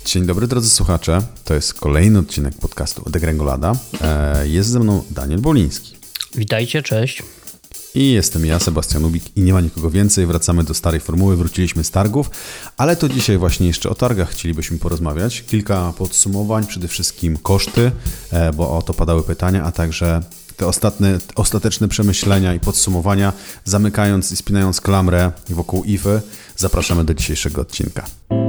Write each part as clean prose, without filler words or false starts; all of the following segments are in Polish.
Dzień dobry drodzy słuchacze, to jest kolejny odcinek podcastu Degrengolada. Jest ze mną Daniel Boliński. Witajcie, cześć. I jestem ja, Sebastian Ubik i nie ma nikogo więcej. Wracamy do starej formuły, wróciliśmy z targów, ale to dzisiaj właśnie jeszcze o targach chcielibyśmy porozmawiać. Kilka podsumowań, przede wszystkim koszty, bo o to padały pytania, a także te ostateczne przemyślenia i podsumowania. Zamykając i spinając klamrę wokół IFY, zapraszamy do dzisiejszego odcinka.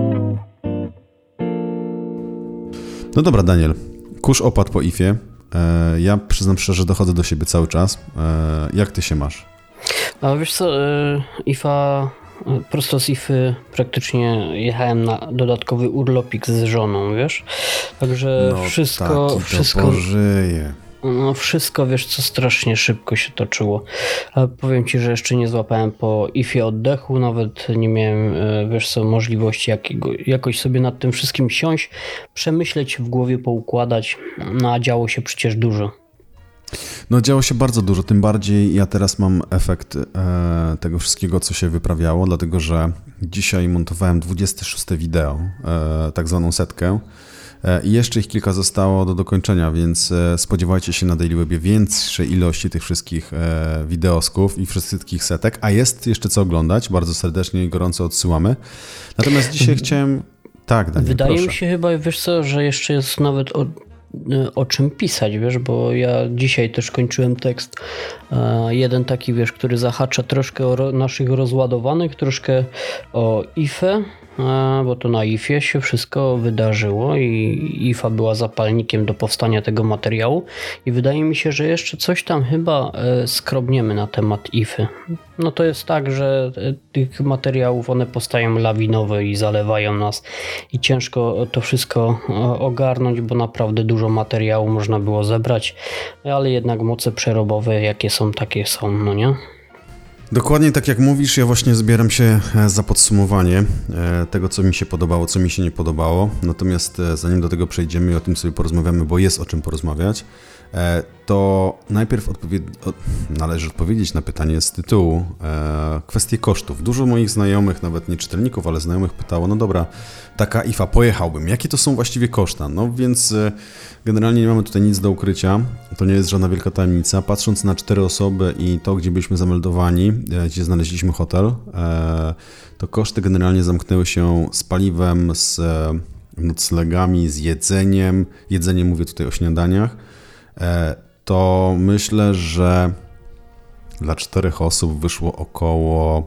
No dobra, Daniel, kurz opadł po IFie. Ja przyznam szczerze, dochodzę do siebie cały czas. Jak ty się masz? A wiesz co, IFA, prosto z IFy praktycznie jechałem na dodatkowy urlopik z żoną, wiesz? Także wszystko pożyje. No wszystko, wiesz co, strasznie szybko się toczyło. Ale powiem ci, że jeszcze nie złapałem po IFie oddechu, nawet nie miałem, wiesz co, możliwości jakoś sobie nad tym wszystkim siąść, przemyśleć, w głowie poukładać, no a działo się przecież dużo. No działo się bardzo dużo, tym bardziej ja teraz mam efekt tego wszystkiego, co się wyprawiało, dlatego że dzisiaj montowałem 26 wideo, tak zwaną setkę. I jeszcze ich kilka zostało do dokończenia, więc spodziewajcie się na Daily Webie większej ilości tych wszystkich wideosków i wszystkich setek, a jest jeszcze co oglądać, bardzo serdecznie i gorąco odsyłamy. Natomiast dzisiaj chciałem... Tak, Daniel, wydaje proszę. mi się chyba, wiesz co, że jeszcze jest nawet o czym pisać, wiesz, bo ja dzisiaj też kończyłem tekst, jeden taki, wiesz, który zahacza troszkę o naszych rozładowanych, troszkę o IFę, bo to na IFie się wszystko wydarzyło i IFA była zapalnikiem do powstania tego materiału i wydaje mi się, że jeszcze coś tam chyba skrobniemy na temat IFy. No to jest tak, że tych materiałów one powstają lawinowo i zalewają nas i ciężko to wszystko ogarnąć, bo naprawdę dużo materiału można było zebrać, ale jednak moce przerobowe jakie są, takie są, no nie? Dokładnie tak jak mówisz, ja właśnie zbieram się za podsumowanie tego, co mi się podobało, co mi się nie podobało. Natomiast zanim do tego przejdziemy i o tym sobie porozmawiamy, bo jest o czym porozmawiać, to najpierw należy odpowiedzieć na pytanie z tytułu, kwestie kosztów. Dużo moich znajomych, nawet nie czytelników, ale znajomych pytało, no dobra, taka IFA, pojechałbym, jakie to są właściwie koszta? No więc generalnie nie mamy tutaj nic do ukrycia, to nie jest żadna wielka tajemnica. Patrząc na 4 osoby i to, gdzie byliśmy zameldowani, gdzie znaleźliśmy hotel, to koszty generalnie zamknęły się z paliwem, z noclegami, z jedzeniem. Jedzenie mówię tutaj o śniadaniach. To myślę, że dla 4 osób wyszło około,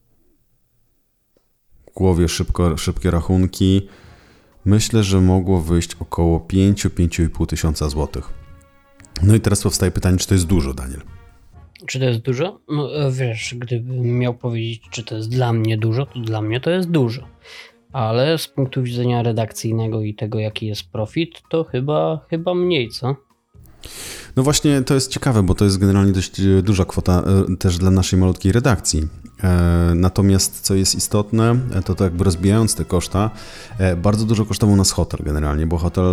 w głowie szybkie rachunki, myślę, że mogło wyjść około 5-5,5 tysiąca złotych. No i teraz powstaje pytanie, czy to jest dużo, Daniel? Czy to jest dużo? No wiesz, gdybym miał powiedzieć, czy to jest dla mnie dużo, to dla mnie to jest dużo. Ale z punktu widzenia redakcyjnego i tego, jaki jest profit, to chyba mniej, co? No właśnie to jest ciekawe, bo to jest generalnie dość duża kwota też dla naszej malutkiej redakcji. Natomiast co jest istotne, to jakby rozbijając te koszta, bardzo dużo kosztował nas hotel generalnie, bo hotel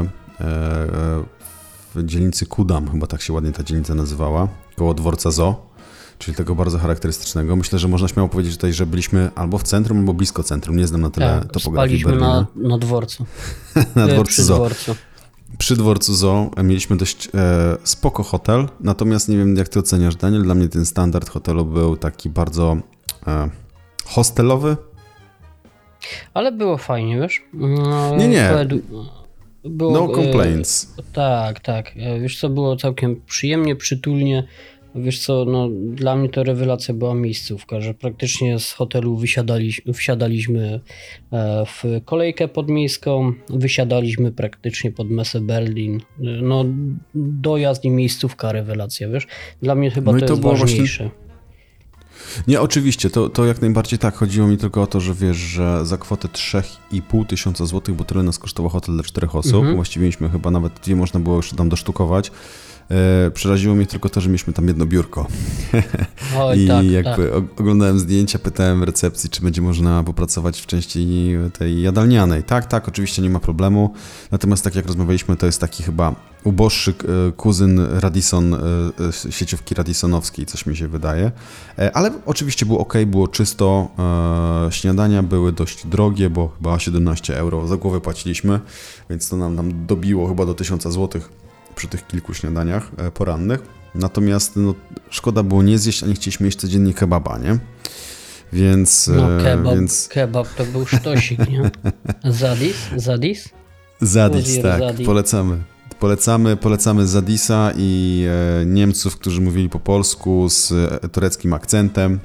w dzielnicy Kudam, chyba tak się ładnie ta dzielnica nazywała, koło dworca Zoo, czyli tego bardzo charakterystycznego. Myślę, że można śmiało powiedzieć tutaj, że byliśmy albo w centrum, albo blisko centrum. Nie znam na tyle topografii Berlina. na dworcu. Na dworcu Zoo. Dworcu. Przy dworcu Zoo mieliśmy dość spoko hotel, natomiast nie wiem, jak ty oceniasz, Daniel, dla mnie ten standard hotelu był taki bardzo hostelowy. Ale było fajnie, wiesz? Nie. Było, no complaints. Tak. Wiesz co, było całkiem przyjemnie, przytulnie. Wiesz co, no dla mnie to rewelacja była miejscówka, że praktycznie z hotelu wsiadaliśmy w kolejkę podmiejską, wysiadaliśmy praktycznie pod Messe Berlin. No dojazd i miejscówka rewelacja, wiesz? Dla mnie chyba to jest ważniejsze. Właśnie... Nie, oczywiście, to jak najbardziej tak. Chodziło mi tylko o to, że wiesz, że za kwotę 3,5 tysiąca złotych, bo tyle nas kosztował hotel dla 4 osób. Właściwie mieliśmy chyba nawet 2, można było jeszcze tam dosztukować. Przeraziło mnie tylko to, że mieliśmy tam jedno biurko. Oj, I tak, jakby tak. oglądałem zdjęcia, pytałem w recepcji, czy będzie można popracować w części tej jadalnianej. Tak, oczywiście nie ma problemu. Natomiast tak jak rozmawialiśmy, to jest taki chyba uboższy kuzyn Radisson, sieciówki Radissonowskiej, coś mi się wydaje. Ale oczywiście było ok, było czysto. Śniadania były dość drogie, bo chyba 17 euro za głowę płaciliśmy, więc to nam tam dobiło chyba do 1000 zł przy tych kilku śniadaniach porannych. Natomiast no, szkoda było nie zjeść, a nie chcieliśmy jeść codziennie kebaba, nie? Więc... No kebab to był sztosik, nie? Zadis? Zadis, tak, Zadis. Polecamy Zadisa i Niemców, którzy mówili po polsku z tureckim akcentem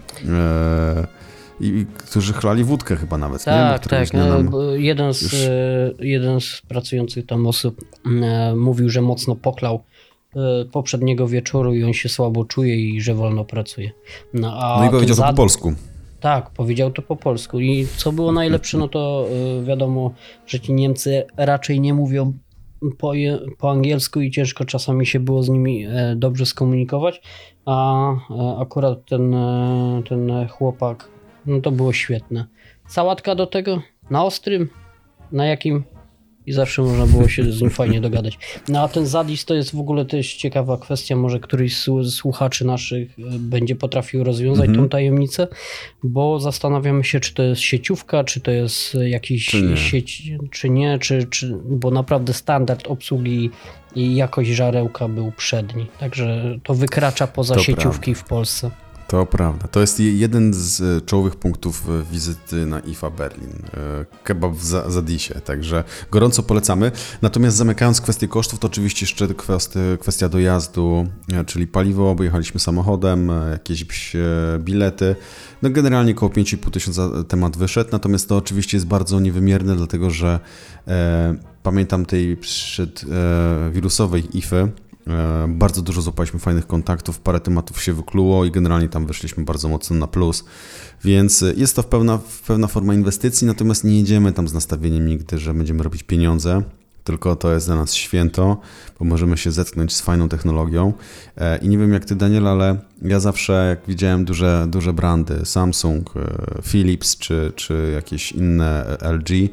i którzy chlali wódkę chyba nawet, nie? Tak, tak. Jeden z pracujących tam osób mówił, że mocno pochlał poprzedniego wieczoru i on się słabo czuje i że wolno pracuje. No i powiedział to po polsku. Tak, powiedział to po polsku i co było najlepsze, no to wiadomo, że ci Niemcy raczej nie mówią po angielsku i ciężko czasami się było z nimi dobrze skomunikować, a akurat ten chłopak, no to było świetne. Sałatka do tego, na ostrym, na jakim i zawsze można było się z nim fajnie dogadać. No a ten Zadis to jest w ogóle też ciekawa kwestia, może któryś z słuchaczy naszych będzie potrafił rozwiązać tą tajemnicę, bo zastanawiamy się, czy to jest sieciówka, czy to jest jakiś sieć, czy nie, bo naprawdę standard obsługi i jakość żarełka był przedni, także to wykracza poza sieciówki w Polsce. To prawda. To jest jeden z czołowych punktów wizyty na IFA Berlin. Kebab w Zadisie, także gorąco polecamy. Natomiast zamykając kwestię kosztów, to oczywiście jeszcze kwestia dojazdu, czyli paliwo, bo jechaliśmy samochodem, jakieś bilety. No generalnie około 5500 temat wyszedł, natomiast to oczywiście jest bardzo niewymierne, dlatego że pamiętam tej przedwirusowej IFy, bardzo dużo złapaliśmy fajnych kontaktów, parę tematów się wykluło i generalnie tam wyszliśmy bardzo mocno na plus, więc jest to pewna forma inwestycji, natomiast nie jedziemy tam z nastawieniem nigdy, że będziemy robić pieniądze, tylko to jest dla nas święto, bo możemy się zetknąć z fajną technologią i nie wiem jak ty, Daniel, ale ja zawsze jak widziałem duże brandy, Samsung, Philips czy jakieś inne LG,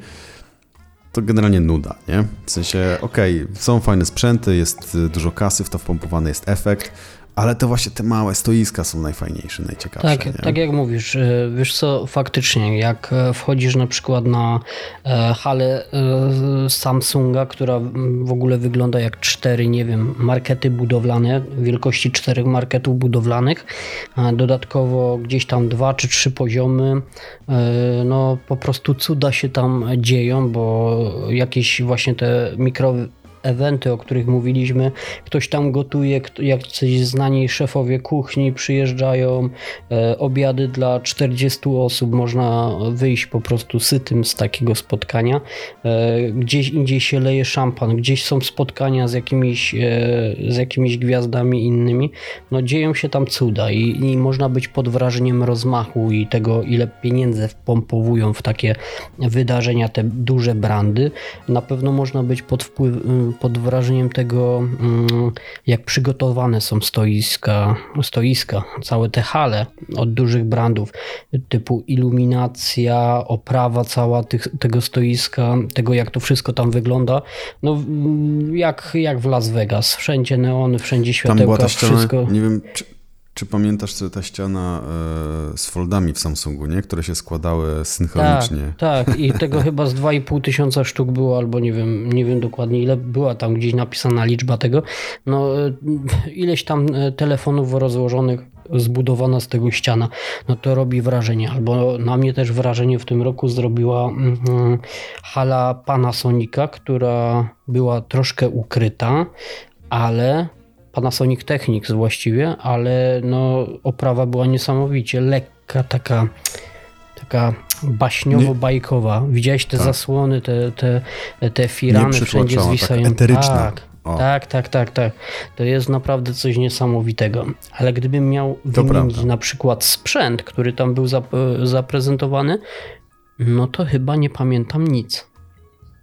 to generalnie nuda, nie? W sensie, są fajne sprzęty, jest dużo kasy w to wpompowany, jest efekt, ale to właśnie te małe stoiska są najfajniejsze, najciekawsze. Tak jak mówisz, wiesz co, faktycznie, jak wchodzisz na przykład na halę Samsunga, która w ogóle wygląda jak 4, nie wiem, markety budowlane, wielkości 4 marketów budowlanych, dodatkowo gdzieś tam 2 czy 3 poziomy, no po prostu cuda się tam dzieją, bo jakieś właśnie te eventy, o których mówiliśmy, ktoś tam gotuje, jacyś znani szefowie kuchni przyjeżdżają, obiady dla 40 osób, można wyjść po prostu sytym z takiego spotkania. Gdzieś indziej się leje szampan, gdzieś są spotkania z jakimiś gwiazdami innymi. No dzieją się tam cuda i można być pod wrażeniem rozmachu i tego, ile pieniędzy wpompowują w takie wydarzenia te duże brandy. Na pewno można być pod wrażeniem tego, jak przygotowane są stoiska, całe te hale od dużych brandów, typu iluminacja, oprawa cała tego stoiska, tego jak to wszystko tam wygląda. No jak w Las Vegas, wszędzie neony, wszędzie światełka, tam była ta ściana, wszystko. Nie wiem, czy pamiętasz sobie ta ściana z foldami w Samsungu, nie? Które się składały synchronicznie. Tak, i tego chyba z 2500 sztuk było, albo nie wiem dokładnie ile była tam gdzieś napisana liczba tego. No ileś tam telefonów rozłożonych, zbudowana z tego ściana, no to robi wrażenie. Albo na mnie też wrażenie w tym roku zrobiła hala Panasonica, która była troszkę ukryta, ale Panasonic Technics właściwie, ale no oprawa była niesamowicie lekka, taka baśniowo-bajkowa. Widziałeś te zasłony, te firany wszędzie zwisają. Tak eteryczna. Tak. To jest naprawdę coś niesamowitego. Ale gdybym miał wymienić na przykład sprzęt, który tam był zaprezentowany, no to chyba nie pamiętam nic.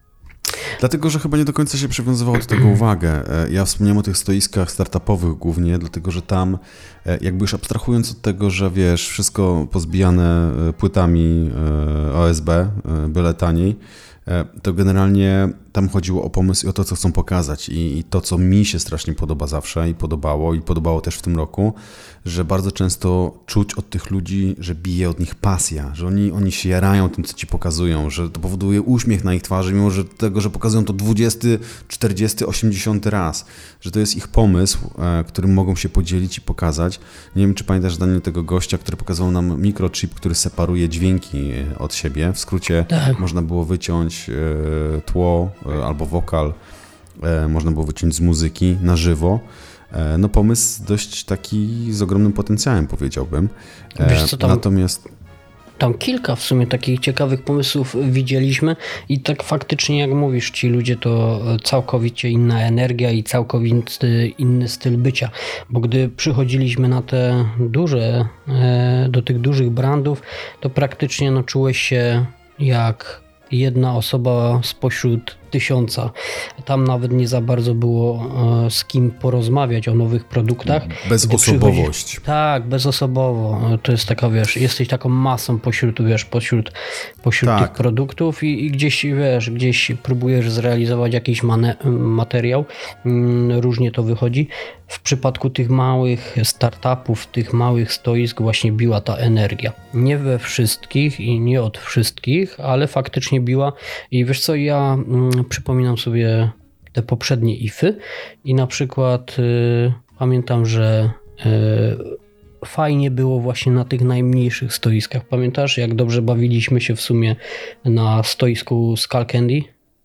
Dlatego, że chyba nie do końca się przywiązywało do tego uwagę. Ja wspomniałem o tych stoiskach startupowych głównie, dlatego, że tam jakby już abstrahując od tego, że wiesz, wszystko pozbijane płytami OSB, byle taniej, to generalnie tam chodziło o pomysł i o to, co chcą pokazać i to, co mi się strasznie podoba zawsze i podobało też w tym roku, że bardzo często czuć od tych ludzi, że bije od nich pasja, że oni się jarają tym, co ci pokazują, że to powoduje uśmiech na ich twarzy, mimo że tego, że pokazują to 20, 40, 80 raz, że to jest ich pomysł, którym mogą się podzielić i pokazać. Nie wiem, czy pamiętasz, Daniel, tego gościa, który pokazał nam mikrochip, który separuje dźwięki od siebie. W skrócie można było wyciąć tło albo wokal, można było wyciąć z muzyki na żywo. No pomysł dość taki z ogromnym potencjałem, powiedziałbym. Wiesz co, Natomiast tam kilka w sumie takich ciekawych pomysłów widzieliśmy i tak faktycznie jak mówisz, ci ludzie to całkowicie inna energia i całkowicie inny styl bycia, bo gdy przychodziliśmy na te duże, do tych dużych brandów, to praktycznie no, czułeś się jak jedna osoba spośród 1000. Tam nawet nie za bardzo było z kim porozmawiać o nowych produktach. Bezosobowość. Tak, bezosobowo. To jest taka, wiesz, jesteś taką masą pośród tak. tych produktów i gdzieś, wiesz, gdzieś próbujesz zrealizować jakiś materiał. Różnie to wychodzi. W przypadku tych małych startupów, tych małych stoisk właśnie biła ta energia. Nie we wszystkich i nie od wszystkich, ale faktycznie biła. I wiesz co, ja przypominam sobie te poprzednie IFy i na przykład pamiętam, że fajnie było właśnie na tych najmniejszych stoiskach. Pamiętasz, jak dobrze bawiliśmy się w sumie na stoisku Skullcandy?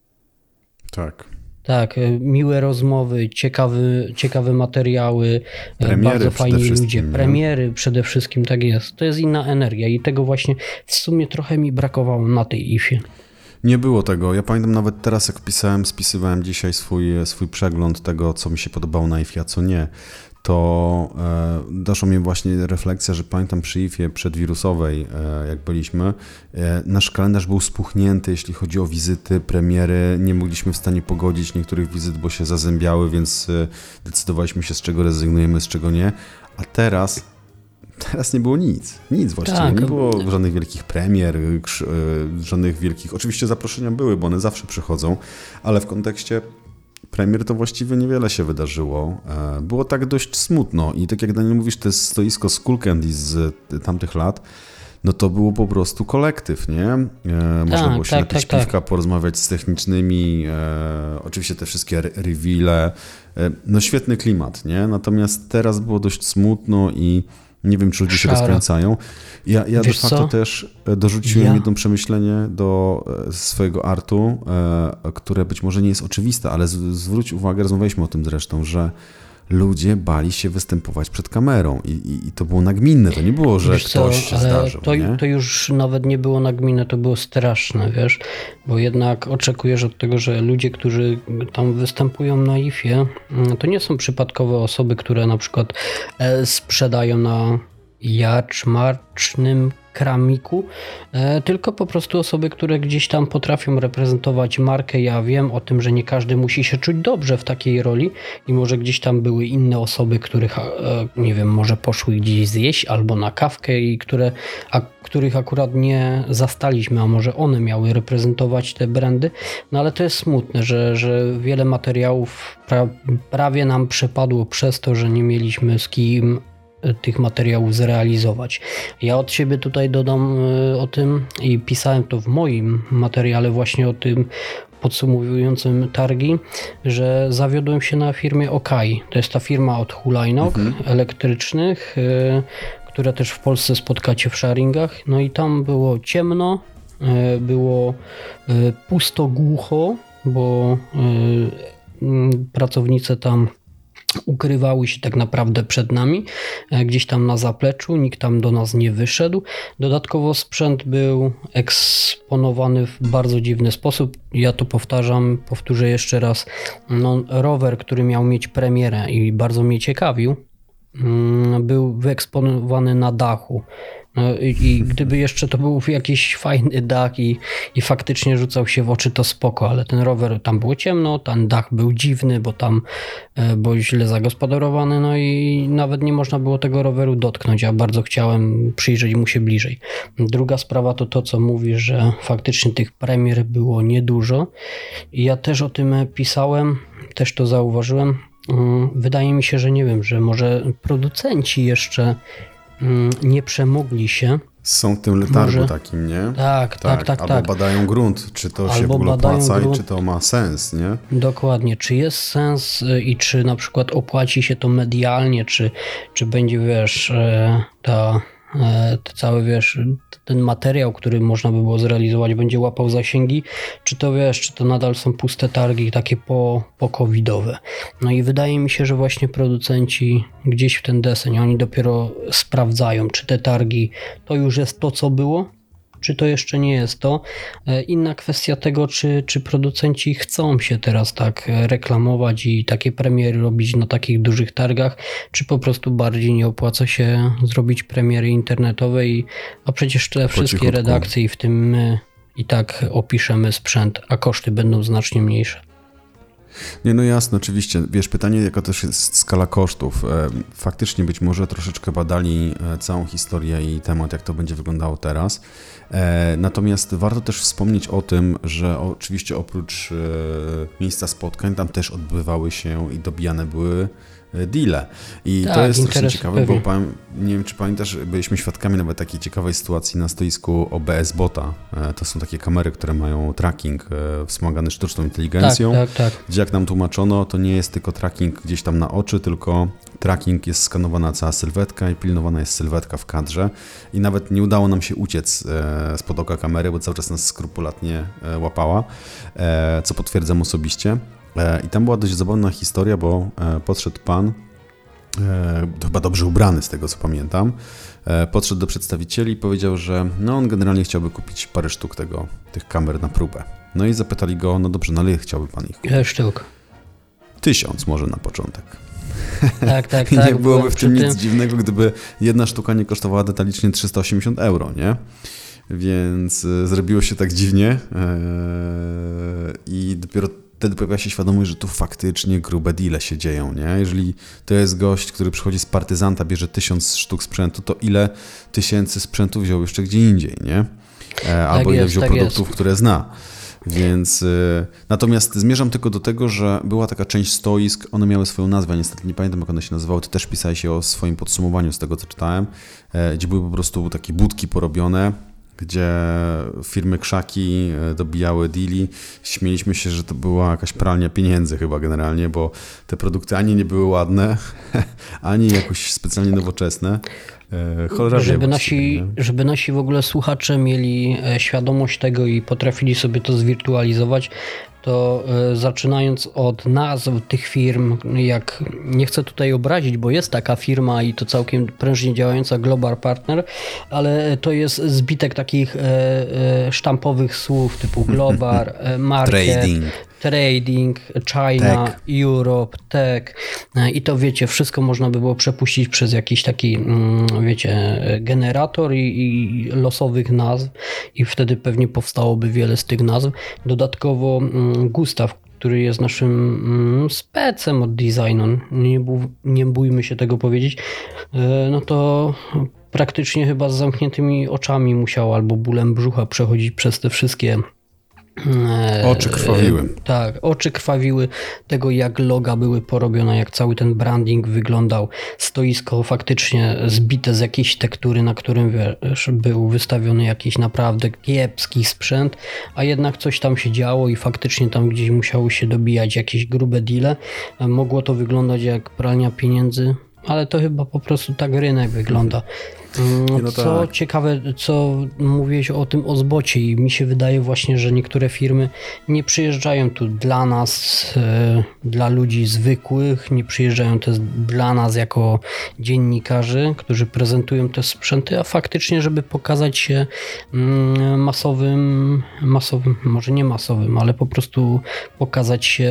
Tak. Tak, miłe rozmowy, ciekawe materiały, premiery bardzo fajni ludzie. Nie? Premiery przede wszystkim, tak jest. To jest inna energia i tego właśnie w sumie trochę mi brakowało na tej IFie. Nie było tego. Ja pamiętam nawet teraz, jak spisywałem dzisiaj swój przegląd tego, co mi się podobało na IFie, a co nie, to doszła mnie właśnie refleksja, że pamiętam przy IFie przedwirusowej, jak byliśmy, nasz kalendarz był spuchnięty, jeśli chodzi o wizyty, premiery. Nie mogliśmy w stanie pogodzić niektórych wizyt, bo się zazębiały, więc decydowaliśmy się, z czego rezygnujemy, z czego nie. A teraz nie było nic właściwie, tak. Nie było żadnych wielkich premier, żadnych wielkich, oczywiście zaproszenia były, bo one zawsze przychodzą, ale w kontekście premier to właściwie niewiele się wydarzyło. Było tak dość smutno i tak jak Daniel mówisz, to jest stoisko Skullcandy z tamtych lat, no to było po prostu kolektyw, nie? Można było się napić piwka, porozmawiać z technicznymi, oczywiście te wszystkie reveale, no świetny klimat, nie? Natomiast teraz było dość smutno i nie wiem, czy ludzie się rozkręcają. Ja de facto też dorzuciłem jedno przemyślenie do swojego artu, które być może nie jest oczywiste, ale zwróć uwagę, rozmawialiśmy o tym zresztą, że ludzie bali się występować przed kamerą i to było nagminne, to nie było, że ktoś się zdarzył. To już nawet nie było nagminne, to było straszne, wiesz, bo jednak oczekujesz od tego, że ludzie, którzy tam występują na IFie, to nie są przypadkowe osoby, które na przykład sprzedają na jaczmacznym kramiku, tylko po prostu osoby, które gdzieś tam potrafią reprezentować markę. Ja wiem o tym, że nie każdy musi się czuć dobrze w takiej roli i może gdzieś tam były inne osoby, których, nie wiem, może poszły gdzieś zjeść albo na kawkę i których akurat nie zastaliśmy, a może one miały reprezentować te brandy, no ale to jest smutne, że wiele materiałów prawie nam przepadło przez to, że nie mieliśmy z kim tych materiałów zrealizować. Ja od siebie tutaj dodam o tym i pisałem to w moim materiale właśnie o tym podsumowującym targi, że zawiodłem się na firmie Okai. To jest ta firma od hulajnóg elektrycznych, które też w Polsce spotkacie w sharingach. No i tam było ciemno, było pusto, głucho, bo pracownice tam ukrywały się tak naprawdę przed nami, gdzieś tam na zapleczu, nikt tam do nas nie wyszedł. Dodatkowo sprzęt był eksponowany w bardzo dziwny sposób. Ja to powtórzę jeszcze raz. No, rower, który miał mieć premierę i bardzo mnie ciekawił, był wyeksponowany na dachu. No i gdyby jeszcze to był jakiś fajny dach i faktycznie rzucał się w oczy, to spoko, ale ten rower, tam było ciemno, ten dach był dziwny, bo tam był źle zagospodarowany, no i nawet nie można było tego roweru dotknąć, a bardzo chciałem przyjrzeć mu się bliżej. Druga sprawa to co mówisz, że faktycznie tych premier było niedużo i ja też o tym pisałem, też to zauważyłem. Wydaje mi się, że nie wiem, że może producenci jeszcze nie przemogli się. Są w tym letargu takim, nie? Tak. Albo badają grunt, czy to się w ogóle opłaca i czy to ma sens, nie? Dokładnie. Czy jest sens i czy na przykład opłaci się to medialnie, czy będzie, wiesz, cały, wiesz, ten materiał, który można by było zrealizować, będzie łapał zasięgi, czy to, wiesz, czy to nadal są puste targi takie po-covidowe. No i wydaje mi się, że właśnie producenci gdzieś w ten deseń, oni dopiero sprawdzają, czy te targi to już jest to, co było, czy to jeszcze nie jest to. Inna kwestia tego, czy producenci chcą się teraz tak reklamować i takie premiery robić na takich dużych targach, czy po prostu bardziej nie opłaca się zrobić premiery internetowe, a przecież te wszystkie redakcje i w tym my i tak opiszemy sprzęt, a koszty będą znacznie mniejsze. Nie, no jasne, oczywiście. Wiesz, pytanie, jaka też jest skala kosztów. Faktycznie być może troszeczkę badali całą historię i temat, jak to będzie wyglądało teraz. Natomiast warto też wspomnieć o tym, że oczywiście oprócz miejsca spotkań tam też odbywały się i dobijane były deale. I tak, to jest strasznie ciekawe, pewnie. bo nie wiem, czy pamiętasz, byliśmy świadkami nawet takiej ciekawej sytuacji na stoisku OBS Bota. To są takie kamery, które mają tracking wspomagany sztuczną inteligencją. Tak. Gdzie jak nam tłumaczono, to nie jest tylko tracking gdzieś tam na oczy, tylko tracking jest skanowana cała sylwetka i pilnowana jest sylwetka w kadrze. I nawet nie udało nam się uciec spod oka kamery, bo cały czas nas skrupulatnie łapała, co potwierdzam osobiście. I tam była dość zabawna historia, bo podszedł pan, chyba dobrze ubrany z tego co pamiętam, podszedł do przedstawicieli i powiedział, że no on generalnie chciałby kupić parę sztuk tych kamer na próbę. No i zapytali go, no dobrze, no ale chciałby pan ich kupić? Ile sztuk? 1000 może na początek. Tak. I nie byłoby w tym nic dziwnego, gdyby jedna sztuka nie kosztowała detalicznie 380 euro, nie? Więc zrobiło się tak dziwnie i dopiero wtedy pojawia się świadomość, że tu faktycznie grube deale się dzieją, nie? Jeżeli to jest gość, który przychodzi z partyzanta, bierze 1000 sztuk sprzętu, to ile tysięcy sprzętu wziął jeszcze gdzie indziej, nie? Albo ile wziął produktów, które zna. Więc natomiast zmierzam tylko do tego, że była taka część stoisk, one miały swoją nazwę, niestety nie pamiętam jak one się nazywały, ty też pisałeś o swoim podsumowaniu z tego co czytałem, gdzie były po prostu takie budki porobione, gdzie firmy krzaki dobijały deali. Śmieliśmy się, że to była jakaś pralnia pieniędzy chyba generalnie, bo te produkty ani nie były ładne, ani jakoś specjalnie nowoczesne. Żeby nasi w ogóle słuchacze mieli świadomość tego i potrafili sobie to zwirtualizować, to zaczynając od nazw tych firm, jak nie chcę tutaj obrazić, bo jest taka firma i to całkiem prężnie działająca, Global Partner, ale to jest zbitek takich sztampowych słów typu global, market, trading, China, tech. Europe, tech i to wiecie, wszystko można by było przepuścić przez jakiś taki, wiecie, generator i losowych nazw i wtedy pewnie powstałoby wiele z tych nazw. Dodatkowo Gustaw, który jest naszym specem od designu, nie bójmy się tego powiedzieć, no to praktycznie chyba z zamkniętymi oczami musiał albo bólem brzucha przechodzić przez te wszystkie oczy krwawiły. Tak, oczy krwawiły tego, jak loga były porobione, jak cały ten branding wyglądał. Stoisko faktycznie zbite z jakiejś tektury, na którym wiesz, był wystawiony jakiś naprawdę kiepski sprzęt, a jednak coś tam się działo i faktycznie tam gdzieś musiały się dobijać jakieś grube deale. Mogło to wyglądać jak pralnia pieniędzy, ale to chyba po prostu tak rynek wygląda. Co ciekawe, co mówiłeś o tym Ozbocie i mi się wydaje właśnie, że niektóre firmy nie przyjeżdżają tu dla nas, dla ludzi zwykłych, nie przyjeżdżają też dla nas jako dziennikarzy, którzy prezentują te sprzęty, a faktycznie, żeby pokazać się masowym, może nie masowym, ale po prostu pokazać się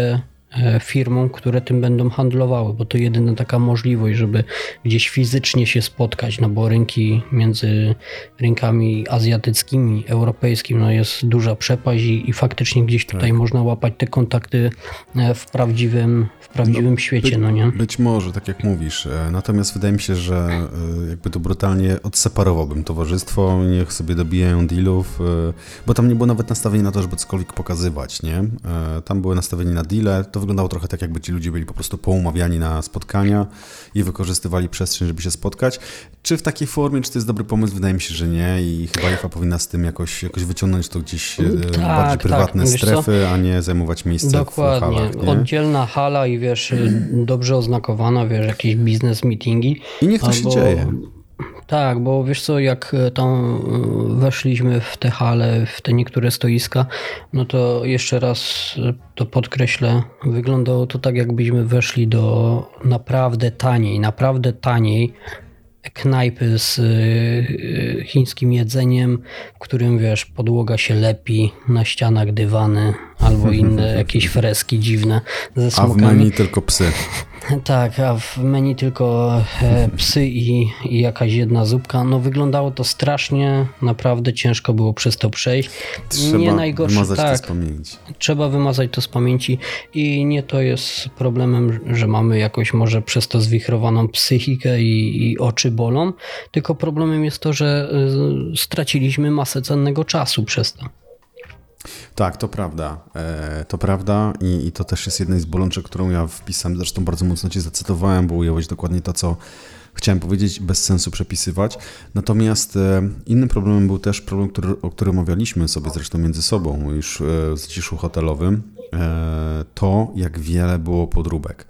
firmom, które tym będą handlowały, bo to jedyna taka możliwość, żeby gdzieś fizycznie się spotkać, no bo rynki między rynkami azjatyckimi, europejskimi, no jest duża przepaść i faktycznie gdzieś tutaj można łapać te kontakty w prawdziwym świecie, no nie? Być może, tak jak mówisz. Natomiast wydaje mi się, że jakby to brutalnie odseparowałbym towarzystwo, niech sobie dobijają dealów, bo tam nie było nawet nastawienie na to, żeby cokolwiek pokazywać, nie? Tam były nastawienie na deale, to wyglądało trochę tak, jakby ci ludzie byli po prostu poumawiani na spotkania i wykorzystywali przestrzeń, żeby się spotkać. Czy w takiej formie, czy to jest dobry pomysł? Wydaje mi się, że nie i chyba IFA powinna z tym jakoś wyciągnąć to gdzieś bardziej prywatne strefy, a nie zajmować miejsca dokładnie. w halach. Nie? Oddzielna hala i wiesz, dobrze oznakowana, wiesz, jakieś biznes meetingi. I niech to się dzieje. Tak, bo wiesz co, jak tam weszliśmy w te hale, w te niektóre stoiska, no to jeszcze raz to podkreślę, wyglądało to tak, jakbyśmy weszli do naprawdę taniej knajpy z chińskim jedzeniem, w którym wiesz, podłoga się lepi, na ścianach dywany albo inne jakieś freski dziwne ze smokami. A w menu tylko psy. Tak, a w menu tylko psy i jakaś jedna zupka. No wyglądało to strasznie, naprawdę ciężko było przez to przejść. Trzeba wymazać to z pamięci. Trzeba wymazać to z pamięci i nie to jest problemem, że mamy jakoś może przez to zwichrowaną psychikę i oczy bolą, tylko problemem jest to, że straciliśmy masę cennego czasu przez to. Tak, to prawda. To prawda i to też jest jedna z bolączek, którą ja wpisałem, zresztą bardzo mocno cię zacytowałem, bo ująłeś dokładnie to, co chciałem powiedzieć, bez sensu przepisywać. Natomiast innym problemem był też problem, o którym omawialiśmy sobie zresztą między sobą już w zaciszu hotelowym, to jak wiele było podróbek.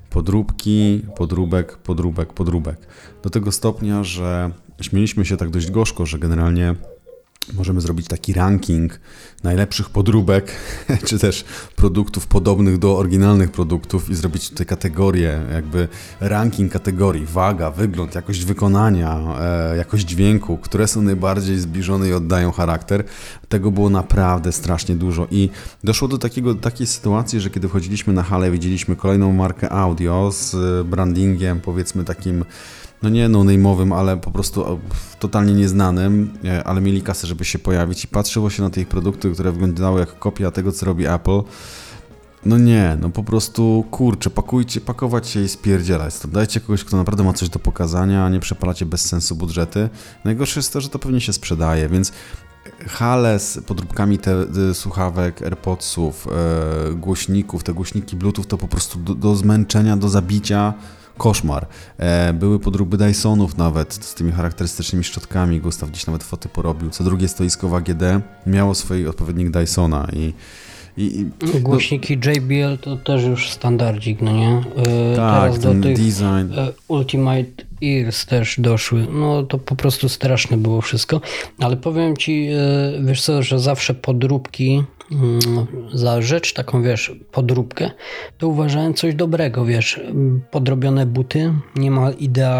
Podróbek. Do tego stopnia, że śmieliśmy się tak dość gorzko, że generalnie możemy zrobić taki ranking najlepszych podróbek, czy też produktów podobnych do oryginalnych produktów i zrobić tutaj kategorie, jakby ranking kategorii, waga, wygląd, jakość wykonania, jakość dźwięku, które są najbardziej zbliżone i oddają charakter. Tego było naprawdę strasznie dużo i doszło do takiej sytuacji, że kiedy wchodziliśmy na halę, widzieliśmy kolejną markę audio z brandingiem, powiedzmy takim, no nie no-name'owym, ale po prostu totalnie nieznanym, ale mieli kasę, żeby się pojawić i patrzyło się na te ich produkty, które wyglądały jak kopia tego, co robi Apple. No nie, no po prostu kurczę, pakować się i spierdzielać. To dajcie kogoś, kto naprawdę ma coś do pokazania, a nie przepalacie bez sensu budżety. Najgorsze jest to, że to pewnie się sprzedaje, więc hale z podróbkami te słuchawek, AirPodsów, głośników, te głośniki Bluetooth to po prostu do zmęczenia, do zabicia. Koszmar. Były podróby Dysonów nawet z tymi charakterystycznymi szczotkami. Gustaw gdzieś nawet foty porobił. Co drugie stoisko w AGD miało swój odpowiednik Dysona i głośniki JBL to też już standardzik, no nie? Tak, teraz ten do tych design. Ultimate Ears też doszły. No to po prostu straszne było wszystko. Ale powiem ci, wiesz co, że zawsze podróbki za rzecz taką, wiesz, podróbkę, to uważałem coś dobrego, wiesz, podrobione buty, niemal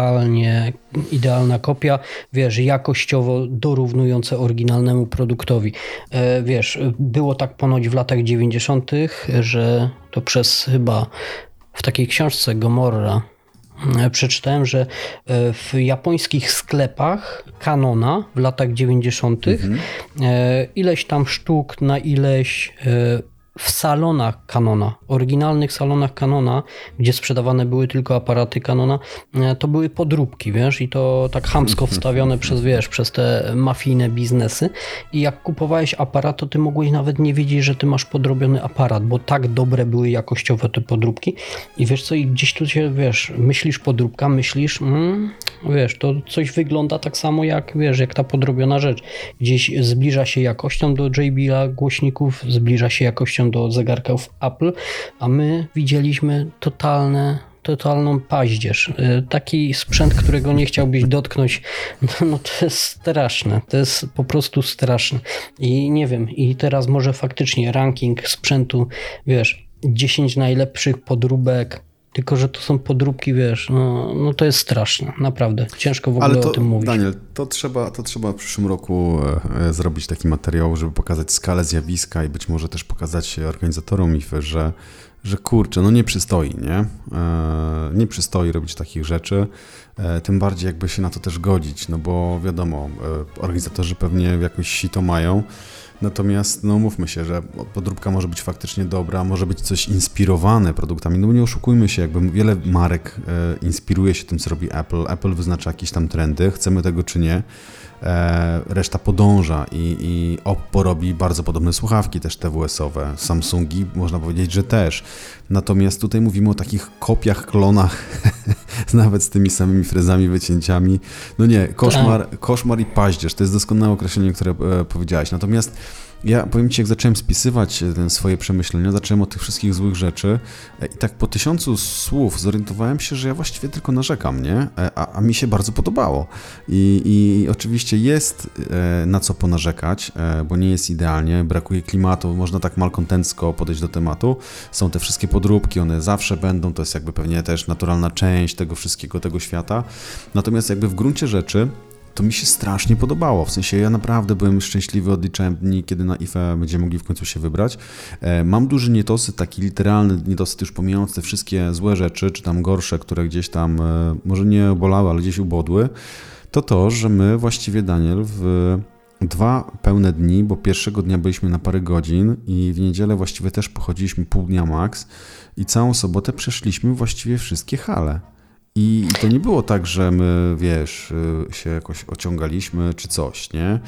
idealna kopia, wiesz, jakościowo dorównujące oryginalnemu produktowi. Wiesz, było tak ponoć w latach 90., że to przez chyba w takiej książce Gomorra przeczytałem, że w japońskich sklepach Canona w latach 90. Ileś tam sztuk na ileś w salonach Canona, oryginalnych salonach Canona, gdzie sprzedawane były tylko aparaty Canona, to były podróbki, wiesz, i to tak chamsko wstawione przez te mafijne biznesy i jak kupowałeś aparat, to ty mogłeś nawet nie wiedzieć, że ty masz podrobiony aparat, bo tak dobre były jakościowo te podróbki i wiesz co, i gdzieś tu się, wiesz, myślisz podróbka, wiesz, to coś wygląda tak samo jak, wiesz, jak ta podrobiona rzecz. Gdzieś zbliża się jakością do JBL-a głośników, zbliża się jakością do zegarków Apple, a my widzieliśmy totalną paździerz. Taki sprzęt, którego nie chciałbyś dotknąć, no to jest straszne. To jest po prostu straszne. I nie wiem, i teraz może faktycznie ranking sprzętu, wiesz, 10 najlepszych podróbek, tylko że to są podróbki, wiesz, no to jest straszne, naprawdę. Ciężko w ogóle o tym mówić. Daniel, to trzeba w przyszłym roku zrobić taki materiał, żeby pokazać skalę zjawiska i być może też pokazać organizatorom IFY, że że kurczę, no nie przystoi, nie? Nie przystoi robić takich rzeczy, tym bardziej jakby się na to też godzić, no bo wiadomo, organizatorzy pewnie jakoś sito mają, natomiast no mówmy się, że podróbka może być faktycznie dobra, może być coś inspirowane produktami, no bo nie oszukujmy się, jakby wiele marek inspiruje się tym, co robi Apple. Apple wyznacza jakieś tam trendy, chcemy tego czy nie. Reszta podąża i Oppo robi bardzo podobne słuchawki też TWS-owe, Samsungi można powiedzieć, że też. Natomiast tutaj mówimy o takich kopiach, klonach, nawet z tymi samymi frezami, wycięciami. No nie, koszmar i paździerz, to jest doskonałe określenie, które powiedziałeś. Natomiast ja powiem Ci, jak zacząłem spisywać swoje przemyślenia, zacząłem od tych wszystkich złych rzeczy i tak po 1000 słów zorientowałem się, że ja właściwie tylko narzekam, nie? A mi się bardzo podobało. I oczywiście jest na co ponarzekać, bo nie jest idealnie, brakuje klimatu, można tak malkontencko podejść do tematu. Są te wszystkie podróbki, one zawsze będą, to jest jakby pewnie też naturalna część tego wszystkiego, tego świata. Natomiast jakby w gruncie rzeczy to mi się strasznie podobało, w sensie ja naprawdę byłem szczęśliwy, odliczałem dni, kiedy na IFE będziemy mogli w końcu się wybrać. Mam duży niedosyt, taki literalny niedosyt, już pomijając te wszystkie złe rzeczy, czy tam gorsze, które gdzieś tam może nie bolały, ale gdzieś ubodły, to, że my właściwie, Daniel, w 2 pełne dni, bo pierwszego dnia byliśmy na parę godzin i w niedzielę właściwie też pochodziliśmy pół dnia max i całą sobotę przeszliśmy właściwie wszystkie hale. I to nie było tak, że my, wiesz, się jakoś ociągaliśmy czy coś, nie?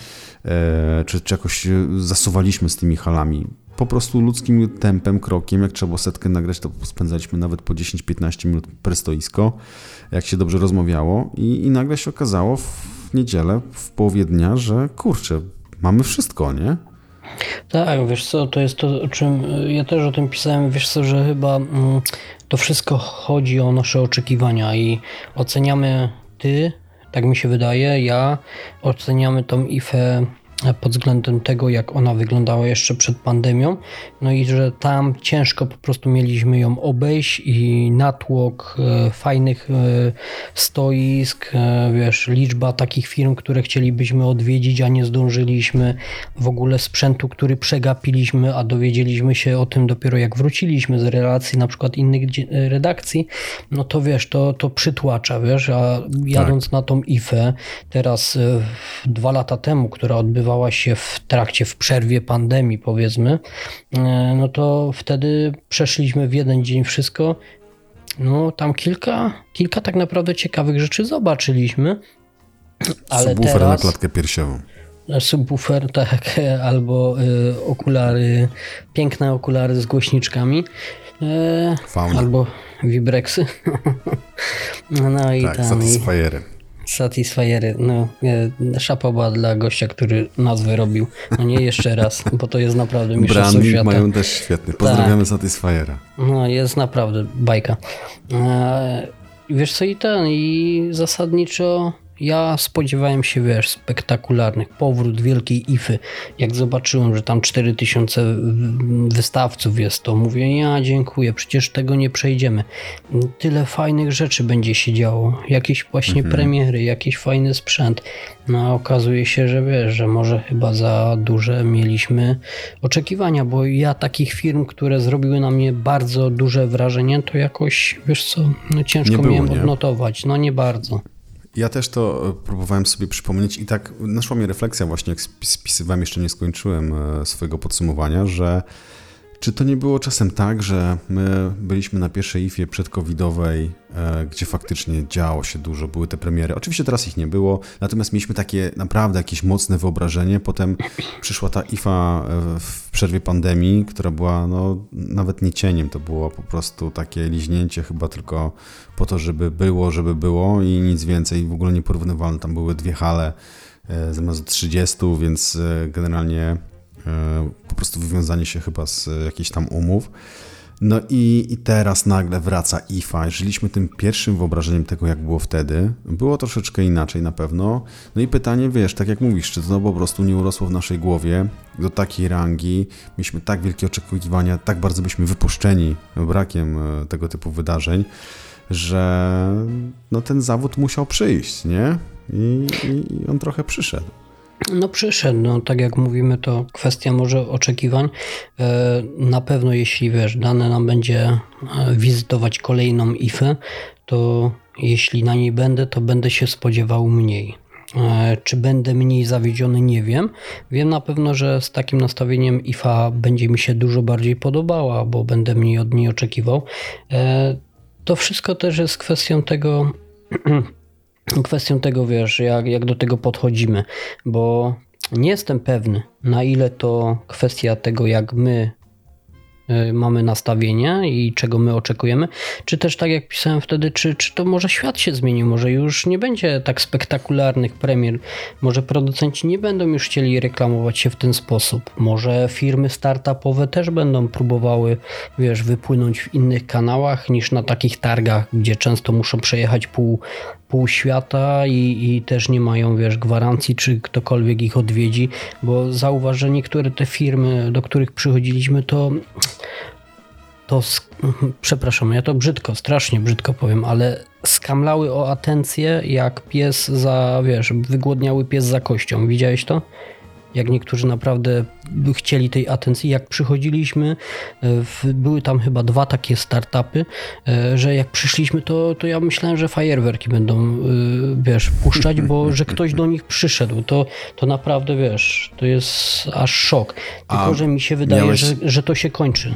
Czy jakoś zasuwaliśmy z tymi halami. Po prostu ludzkim tempem, krokiem, jak trzeba było setkę nagrać, to spędzaliśmy nawet po 10-15 minut per stoisko, jak się dobrze rozmawiało i nagle się okazało w niedzielę, w połowie dnia, że kurczę, mamy wszystko, nie? Tak, wiesz co, to jest to, o czym ja też o tym pisałem, wiesz co, że chyba to wszystko chodzi o nasze oczekiwania i oceniamy tak mi się wydaje, ja oceniamy tą IFę pod względem tego, jak ona wyglądała jeszcze przed pandemią, no i że tam ciężko po prostu mieliśmy ją obejść i natłok fajnych stoisk, wiesz, liczba takich firm, które chcielibyśmy odwiedzić, a nie zdążyliśmy, w ogóle sprzętu, który przegapiliśmy, a dowiedzieliśmy się o tym dopiero jak wróciliśmy z relacji na przykład innych redakcji, no to wiesz, to przytłacza, wiesz, a jadąc na tą IFę teraz 2 lata temu, która odbywała się w przerwie pandemii, powiedzmy, no to wtedy przeszliśmy w jeden dzień wszystko. No tam kilka tak naprawdę ciekawych rzeczy zobaczyliśmy. Ale subwoofer teraz, na klatkę piersiową. Subwoofer, tak, albo okulary, piękne okulary z głośniczkami. Fauna. Albo Vibrexy. No i tak, tam Satisfyery. Satisfyery, no szapoba dla gościa, który nazwy robił. No nie jeszcze raz, bo to jest naprawdę mistrzostwo Branding świata. mają też świetny. Pozdrawiamy Satisfyera. No jest naprawdę bajka. Wiesz co, i zasadniczo ja spodziewałem się, wiesz, spektakularnych, powrót wielkiej IFy. Jak zobaczyłem, że tam 4000 wystawców jest, to mówię, ja dziękuję, przecież tego nie przejdziemy. Tyle fajnych rzeczy będzie się działo, jakieś właśnie premiery, jakiś fajny sprzęt. No a okazuje się, że wiesz, że może chyba za duże mieliśmy oczekiwania, bo ja takich firm, które zrobiły na mnie bardzo duże wrażenie, to jakoś, wiesz co, no ciężko miałem odnotować, no nie bardzo. Ja też to próbowałem sobie przypomnieć i tak naszła mi refleksja właśnie, jak spisywałem, jeszcze nie skończyłem swojego podsumowania, że czy to nie było czasem tak, że my byliśmy na pierwszej IFie przedcovidowej, gdzie faktycznie działo się dużo, były te premiery. Oczywiście teraz ich nie było, natomiast mieliśmy takie naprawdę jakieś mocne wyobrażenie. Potem przyszła ta IFA w przerwie pandemii, która była no, nawet nie cieniem, to było po prostu takie liźnięcie chyba tylko po to, żeby było i nic więcej, w ogóle nieporównywalne. Tam były 2 hale zamiast 30, więc generalnie po prostu wywiązanie się chyba z jakichś tam umów. No i teraz nagle wraca IFA. Żyliśmy tym pierwszym wyobrażeniem tego, jak było wtedy. Było troszeczkę inaczej na pewno. No i pytanie, wiesz, tak jak mówisz, czy to po prostu nie urosło w naszej głowie do takiej rangi. Mieliśmy tak wielkie oczekiwania, tak bardzo byliśmy wypuszczeni brakiem tego typu wydarzeń, że no ten zawód musiał przyjść, nie? I on trochę przyszedł. No przyszedł, no tak jak mówimy, to kwestia może oczekiwań. Na pewno jeśli wiesz, dane nam będzie wizytować kolejną IFę, to jeśli na niej będę, to będę się spodziewał mniej. Czy będę mniej zawiedziony, nie wiem. Wiem na pewno, że z takim nastawieniem IFA będzie mi się dużo bardziej podobała, bo będę mniej od niej oczekiwał. To wszystko też jest kwestią tego, wiesz, jak do tego podchodzimy, bo nie jestem pewny, na ile to kwestia tego, jak my mamy nastawienie i czego my oczekujemy, czy też tak jak pisałem wtedy, czy to może świat się zmieni, może już nie będzie tak spektakularnych premier, może producenci nie będą już chcieli reklamować się w ten sposób, może firmy startupowe też będą próbowały, wiesz, wypłynąć w innych kanałach niż na takich targach, gdzie często muszą przejechać pół świata i też nie mają, wiesz, gwarancji, czy ktokolwiek ich odwiedzi, bo zauważ, że niektóre te firmy, do których przychodziliśmy, przepraszam, ja to strasznie brzydko powiem, ale skamlały o atencję jak wygłodniały pies za kością. Widziałeś to? Jak niektórzy naprawdę chcieli tej atencji. Jak przychodziliśmy, były tam chyba 2 takie startupy, że jak przyszliśmy, to ja myślałem, że fajerwerki będą, puszczać, bo że ktoś do nich przyszedł. To naprawdę, to jest aż szok. Tylko, że mi się wydaje, że to się kończy.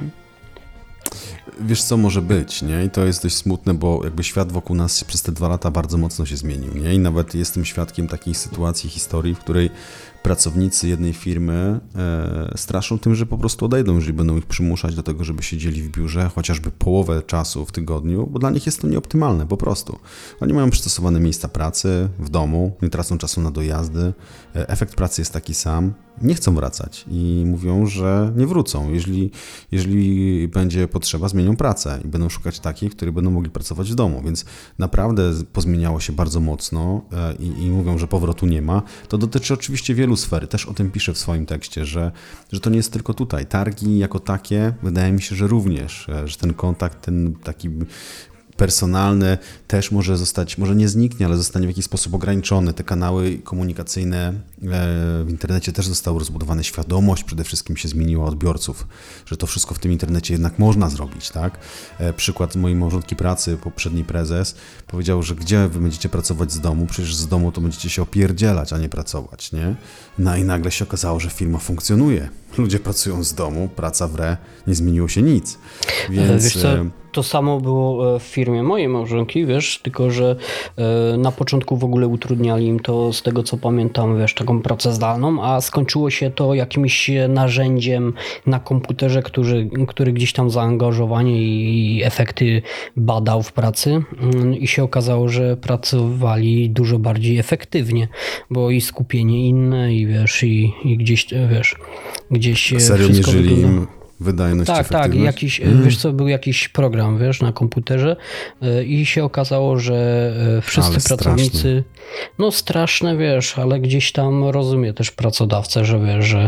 Wiesz co może być, nie? I to jest dość smutne, bo jakby świat wokół nas przez te 2 lata bardzo mocno się zmienił, nie? I nawet jestem świadkiem takiej sytuacji, historii, w której pracownicy jednej firmy straszą tym, że po prostu odejdą, jeżeli będą ich przymuszać do tego, żeby siedzieli w biurze chociażby połowę czasu w tygodniu, bo dla nich jest to nieoptymalne po prostu. Oni mają przystosowane miejsca pracy w domu, nie tracą czasu na dojazdy, efekt pracy jest taki sam, nie chcą wracać i mówią, że nie wrócą. Jeżeli będzie potrzeba, zmienią pracę i będą szukać takich, którzy będą mogli pracować w domu, więc naprawdę pozmieniało się bardzo mocno i mówią, że powrotu nie ma. To dotyczy oczywiście wielu sfer, też o tym piszę w swoim tekście, że to nie jest tylko tutaj. Targi jako takie, wydaje mi się, że również, że ten kontakt, ten taki personalny też może nie zniknie, ale zostanie w jakiś sposób ograniczony. Te kanały komunikacyjne w internecie też zostały rozbudowane. Świadomość przede wszystkim się zmieniła odbiorców, że to wszystko w tym internecie jednak można zrobić, tak? Przykład mojej małżonki pracy, poprzedni prezes powiedział, że gdzie wy będziecie pracować z domu? Przecież z domu to będziecie się opierdzielać, a nie pracować, nie? No i nagle się okazało, że firma funkcjonuje. Ludzie pracują z domu, praca w re, nie zmieniło się nic. Więc... Wiesz co, to samo było w firmie mojej małżonki, tylko że na początku w ogóle utrudniali im to, z tego co pamiętam, taką pracę zdalną, a skończyło się to jakimś narzędziem na komputerze, który gdzieś tam zaangażowanie i efekty badał w pracy i się okazało, że pracowali dużo bardziej efektywnie, bo i skupienie inne i gdzieś serio wszystko mierzyli wygląda... im wydajność, Tak, był jakiś program, na komputerze i się okazało, że wszyscy pracownicy, no straszne, ale gdzieś tam rozumie też pracodawcę, że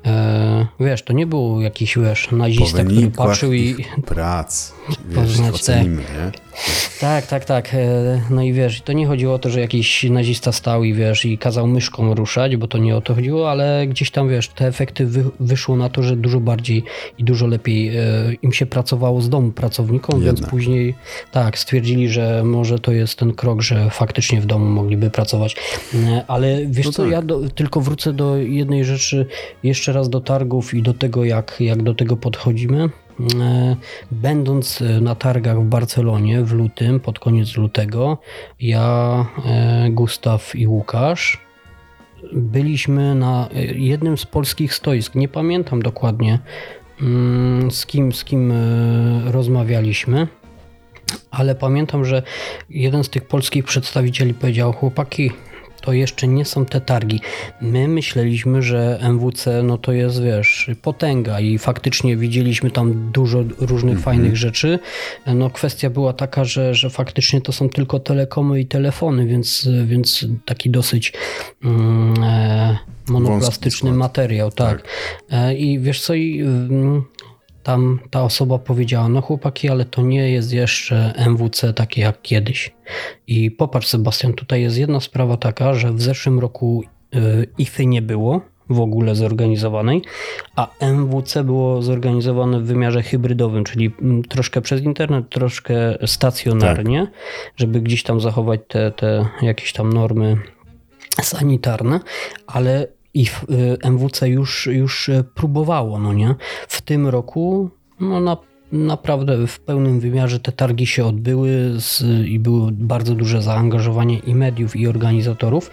to nie był jakiś, nazista, który patrzył i... prac, ocenimy, nie? Tak. No i to nie chodziło o to, że jakiś nazista stał i kazał myszką ruszać, bo to nie o to chodziło, ale gdzieś tam, te efekty wyszło na to, że dużo bardziej i dużo lepiej im się pracowało z domu pracownikom, więc później stwierdzili, że może to jest ten krok, że faktycznie w domu mogliby pracować. Ale ja tylko wrócę do jednej rzeczy, jeszcze raz do targów i do tego, jak do tego podchodzimy. Będąc na targach w Barcelonie w lutym, pod koniec lutego, ja, Gustaw i Łukasz byliśmy na jednym z polskich stoisk. Nie pamiętam dokładnie z kim rozmawialiśmy, ale pamiętam, że jeden z tych polskich przedstawicieli powiedział: chłopaki, to jeszcze nie są te targi. My myśleliśmy, że MWC to jest, potęga i faktycznie widzieliśmy tam dużo różnych fajnych rzeczy. Kwestia była taka, że faktycznie to są tylko telekomy i telefony, więc taki dosyć monoplastyczny materiał. Tak. I tam ta osoba powiedziała: chłopaki, ale to nie jest jeszcze MWC takie jak kiedyś. I popatrz, Sebastian, tutaj jest jedna sprawa taka, że w zeszłym roku IFY nie było w ogóle zorganizowanej, a MWC było zorganizowane w wymiarze hybrydowym, czyli troszkę przez internet, troszkę stacjonarnie, żeby gdzieś tam zachować te jakieś tam normy sanitarne, ale MWC już próbowało, no nie? W tym roku naprawdę w pełnym wymiarze te targi się odbyły i było bardzo duże zaangażowanie i mediów, i organizatorów.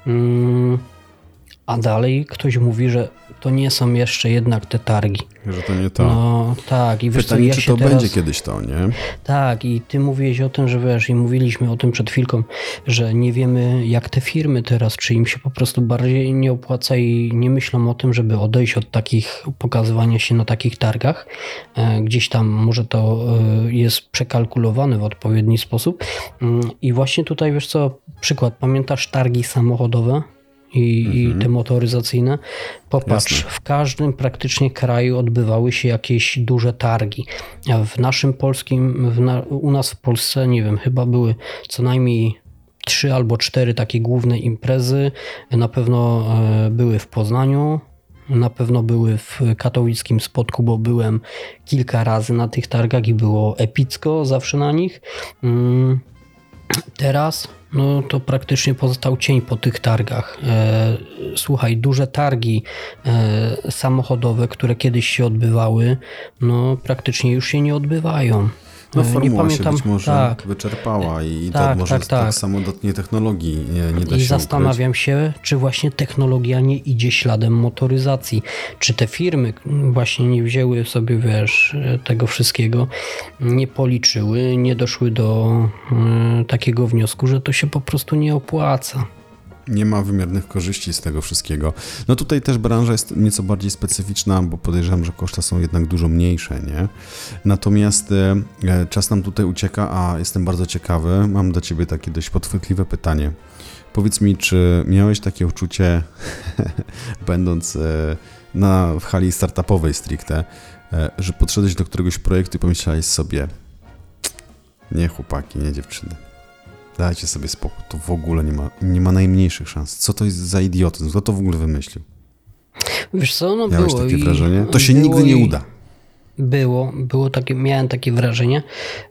A dalej ktoś mówi, że to nie są jeszcze jednak te targi. Że to nie to. No tak. I wiesz, pytanie, ja czy się to teraz... będzie kiedyś to, nie? Tak, i ty mówiłeś o tym, że wiesz, i mówiliśmy o tym przed chwilką, że nie wiemy jak te firmy teraz, czy im się po prostu bardziej nie opłaca i nie myślą o tym, żeby odejść od takich pokazywania się na takich targach. Gdzieś tam może to jest przekalkulowane w odpowiedni sposób. I właśnie tutaj, wiesz co, przykład, pamiętasz targi samochodowe? I te motoryzacyjne. Popatrz, Jasne. w każdym praktycznie kraju odbywały się jakieś duże targi. A w naszym polskim, u nas w Polsce, nie wiem, chyba były co najmniej 3 albo 4 takie główne imprezy. Na pewno były w Poznaniu, na pewno były w katowickim Spodku, bo byłem kilka razy na tych targach i było epicko zawsze na nich. Teraz no to praktycznie pozostał cień po tych targach. Słuchaj, duże targi samochodowe, które kiedyś się odbywały, no praktycznie już się nie odbywają. No formuła nie się pamiętam, być może tak. wyczerpała i Tak, to może tak. tak samo dotknie technologii, nie da I się zastanawiam się, czy właśnie technologia nie idzie śladem motoryzacji. Czy te firmy właśnie nie wzięły sobie, wiesz, tego wszystkiego, nie policzyły, nie doszły do takiego wniosku, że to się po prostu nie opłaca. Nie ma wymiernych korzyści z tego wszystkiego. No tutaj też branża jest nieco bardziej specyficzna, bo podejrzewam, że koszta są jednak dużo mniejsze, nie? Natomiast czas nam tutaj ucieka, a jestem bardzo ciekawy. Mam do ciebie takie dość podchwytliwe pytanie. Powiedz mi, czy miałeś takie uczucie, będąc w hali startupowej stricte, że podszedłeś do któregoś projektu i pomyślałeś sobie, nie chłopaki, nie dziewczyny, dajcie sobie spokój, to w ogóle nie ma najmniejszych szans. Co to jest za idiotyzm? Kto to w ogóle wymyślił? Wiesz co, no Miałeś było takie i wrażenie? To się nigdy nie uda. Było takie, miałem takie wrażenie.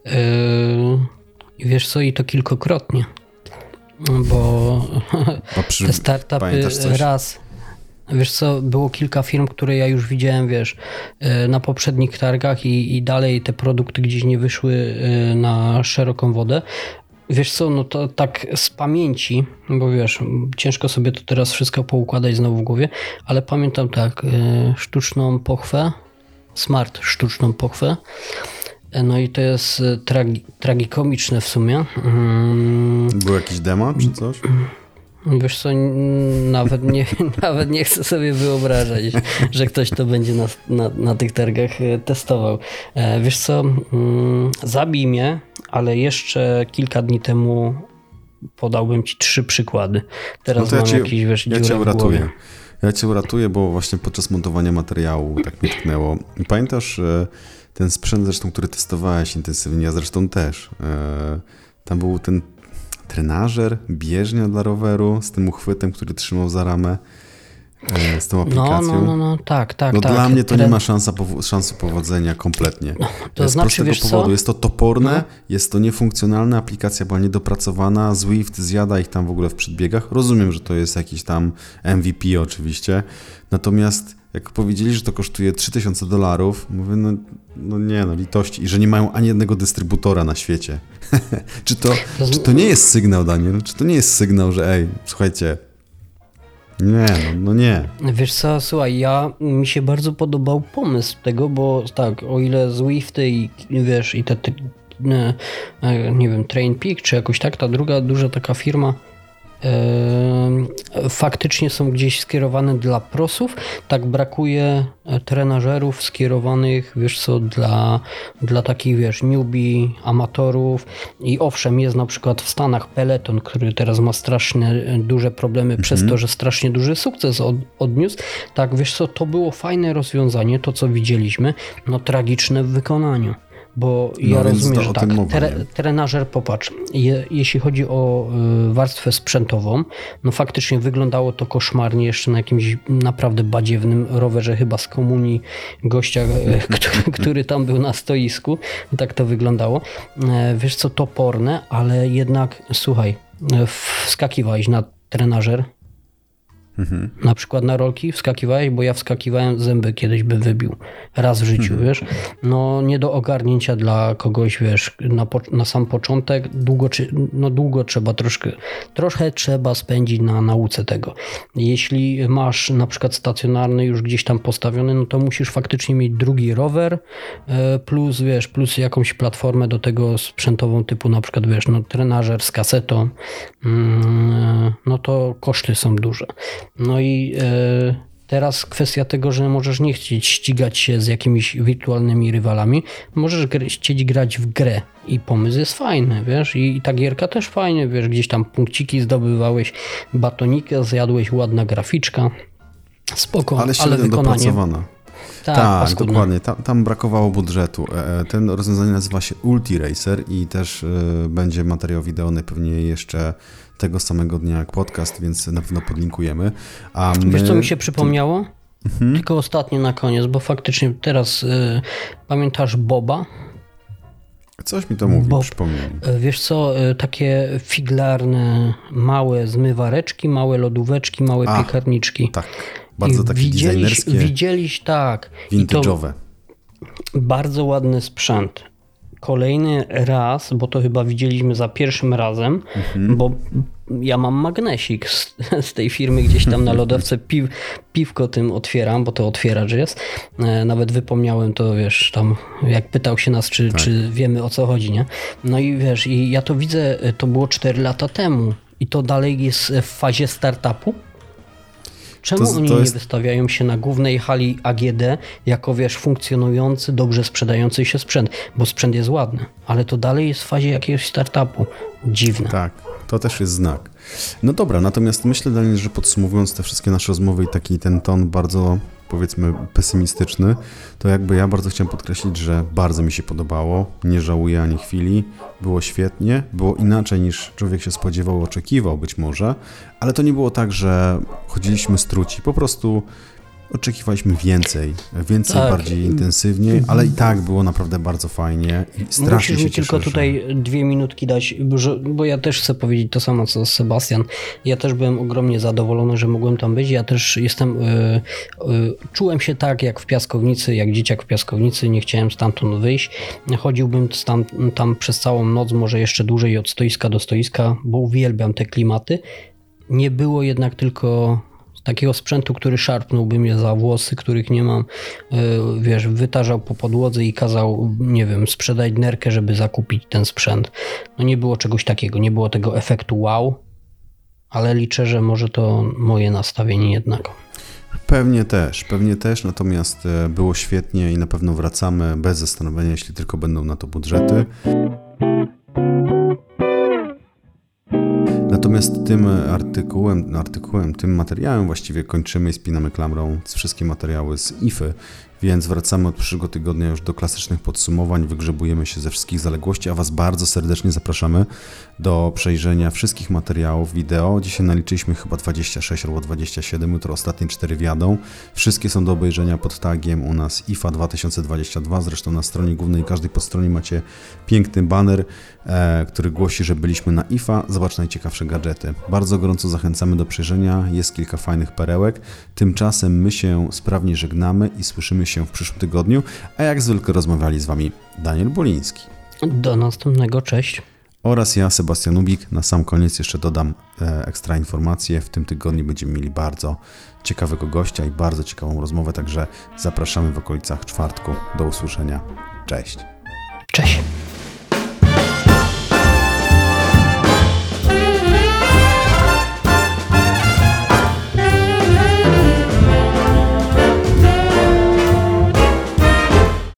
I wiesz co, i to kilkokrotnie. Bo te startupy pamiętasz coś? raz... Wiesz co, było kilka firm, które ja już widziałem, wiesz, na poprzednich targach i dalej te produkty gdzieś nie wyszły na szeroką wodę. Wiesz co, no to tak z pamięci, bo wiesz, ciężko sobie to teraz wszystko poukładać znowu w głowie, ale pamiętam tak, sztuczną pochwę, smart sztuczną pochwę, no i to jest tragikomiczne w sumie. Był jakiś demo czy coś? Wiesz co, nawet nie chcę sobie wyobrażać, że ktoś to będzie na tych targach testował. Wiesz co, zabij mnie, ale jeszcze kilka dni temu podałbym ci 3 przykłady. Teraz mam jakiś, wiesz, dziurę w głowie. Ja cię uratuję, bo właśnie podczas montowania materiału tak mi tknęło. Pamiętasz ten sprzęt zresztą, który testowałeś intensywnie, ja zresztą też. Tam był ten trenażer, bieżnia dla roweru z tym uchwytem, który trzymał za ramę, z tą aplikacją. No, tak. Dla mnie to nie ma szansy powodzenia kompletnie. To z znaczy, prostego wiesz powodu. co? Jest to toporne, jest to niefunkcjonalne, aplikacja była niedopracowana, Zwift zjada ich tam w ogóle w przedbiegach. Rozumiem, że to jest jakiś tam MVP oczywiście, natomiast jak powiedzieli, że to kosztuje $3000, mówię, no litości. I że nie mają ani jednego dystrybutora na świecie. Czy to nie jest sygnał, Daniel? Czy to nie jest sygnał, że słuchajcie, nie. Wiesz co, słuchaj, mi się bardzo podobał pomysł tego, bo tak, o ile Zwifty i wiesz, i te nie wiem, TrainPeak, czy jakoś tak, ta druga duża taka firma faktycznie są gdzieś skierowane dla prosów, tak brakuje trenażerów skierowanych, wiesz co, dla takich, wiesz, newbie, amatorów i owszem, jest na przykład w Stanach Peloton, który teraz ma strasznie duże problemy przez to, że strasznie duży sukces odniósł, tak, wiesz co, to było fajne rozwiązanie, to co widzieliśmy, no tragiczne w wykonaniu. bo ja więc rozumiem, to że o tak, tym mowa, nie? trenażer, popatrz, jeśli chodzi o warstwę sprzętową, no faktycznie wyglądało to koszmarnie jeszcze na jakimś naprawdę badziewnym rowerze chyba z komunii gościa, który tam był na stoisku, tak to wyglądało. Wiesz co, toporne, ale jednak, słuchaj, wskakiwałeś na trenażer, na przykład na rolki wskakiwałeś, bo ja wskakiwałem, zęby kiedyś by wybił. Raz w życiu, wiesz. No nie do ogarnięcia dla kogoś, wiesz, na sam początek. Długo trzeba trochę trzeba spędzić na nauce tego. Jeśli masz na przykład stacjonarny już gdzieś tam postawiony, no to musisz faktycznie mieć drugi rower plus, wiesz, plus jakąś platformę do tego sprzętową typu na przykład, wiesz, no trenażer z kasetą, no to koszty są duże. No i teraz kwestia tego, że możesz nie chcieć ścigać się z jakimiś wirtualnymi rywalami, możesz chcieć grać w grę i pomysł jest fajny, wiesz, i ta gierka też fajnie, wiesz, gdzieś tam punkciki zdobywałeś, batonikę, zjadłeś, ładna graficzka, spoko, ale średnio dopracowana. Tak, dokładnie. Tam brakowało budżetu. Ten rozwiązanie nazywa się UltiRacer i też będzie materiał wideo najpewniej jeszcze tego samego dnia jak podcast, więc na pewno podlinkujemy. Wiesz, co mi się przypomniało? Tylko ostatnie na koniec, bo faktycznie teraz pamiętasz Boba? Coś mi to mówi, przypomnij. Wiesz co, takie figlarne, małe zmywareczki, małe lodóweczki, małe piekarniczki. Tak, bardzo takie designerskie. Widzieliś, tak. Vintage'owe. Bardzo ładny sprzęt. Kolejny raz, bo to chyba widzieliśmy za pierwszym razem, bo ja mam magnesik z tej firmy gdzieś tam na lodowce, piwko tym otwieram, bo to otwieracz jest. Nawet wypomniałem to, wiesz, tam jak pytał się nas, czy wiemy o co chodzi, nie? No i wiesz, i ja to widzę, to było 4 lata temu i to dalej jest w fazie startupu. Czemu oni nie wystawiają się na głównej hali AGD jako, wiesz, funkcjonujący, dobrze sprzedający się sprzęt? Bo sprzęt jest ładny, ale to dalej jest w fazie jakiegoś startupu. Dziwne. Tak, to też jest znak. No dobra, natomiast myślę, Daniel, że podsumowując te wszystkie nasze rozmowy i taki ten ton bardzo, powiedzmy, pesymistyczny, to jakby ja bardzo chciałem podkreślić, że bardzo mi się podobało, nie żałuję ani chwili, było świetnie, było inaczej niż człowiek się spodziewał, oczekiwał być może, ale to nie było tak, że chodziliśmy struci, po prostu oczekiwaliśmy więcej, tak, bardziej intensywniej, ale i tak było naprawdę bardzo fajnie i strasznie musisz się mi cieszę, tylko tutaj 2 minutki dać, bo ja też chcę powiedzieć to samo co Sebastian. Ja też byłem ogromnie zadowolony, że mogłem tam być. Ja też czułem się tak jak w piaskownicy, jak dzieciak w piaskownicy, nie chciałem stamtąd wyjść. Chodziłbym tam przez całą noc, może jeszcze dłużej od stoiska do stoiska, bo uwielbiam te klimaty. Nie było jednak tylko takiego sprzętu, który szarpnąłby mnie za włosy, których nie mam, wiesz, wytarzał po podłodze i kazał, nie wiem, sprzedać nerkę, żeby zakupić ten sprzęt. No nie było czegoś takiego, nie było tego efektu wow, ale liczę, że może to moje nastawienie jednak. Pewnie też, natomiast było świetnie i na pewno wracamy bez zastanowienia, jeśli tylko będą na to budżety. Natomiast tym tym materiałem właściwie kończymy i spinamy klamrą wszystkie materiały z IFY, więc wracamy od przyszłego tygodnia już do klasycznych podsumowań, wygrzebujemy się ze wszystkich zaległości, a Was bardzo serdecznie zapraszamy do przejrzenia wszystkich materiałów wideo. Dzisiaj naliczyliśmy chyba 26 albo 27, jutro ostatnie 4 wjadą. Wszystkie są do obejrzenia pod tagiem u nas IFA 2022, zresztą na stronie głównej każdej podstronie macie piękny baner, który głosi, że byliśmy na IFA. Zobacz najciekawsze gadżety. Bardzo gorąco zachęcamy do przejrzenia, jest kilka fajnych perełek. Tymczasem my się sprawnie żegnamy i słyszymy się w przyszłym tygodniu, a jak zwykle rozmawiali z Wami Daniel Boliński. Do następnego, cześć. Oraz ja, Sebastian Ubik. Na sam koniec jeszcze dodam ekstra informacje. W tym tygodniu będziemy mieli bardzo ciekawego gościa i bardzo ciekawą rozmowę, także zapraszamy w okolicach czwartku. Do usłyszenia. Cześć.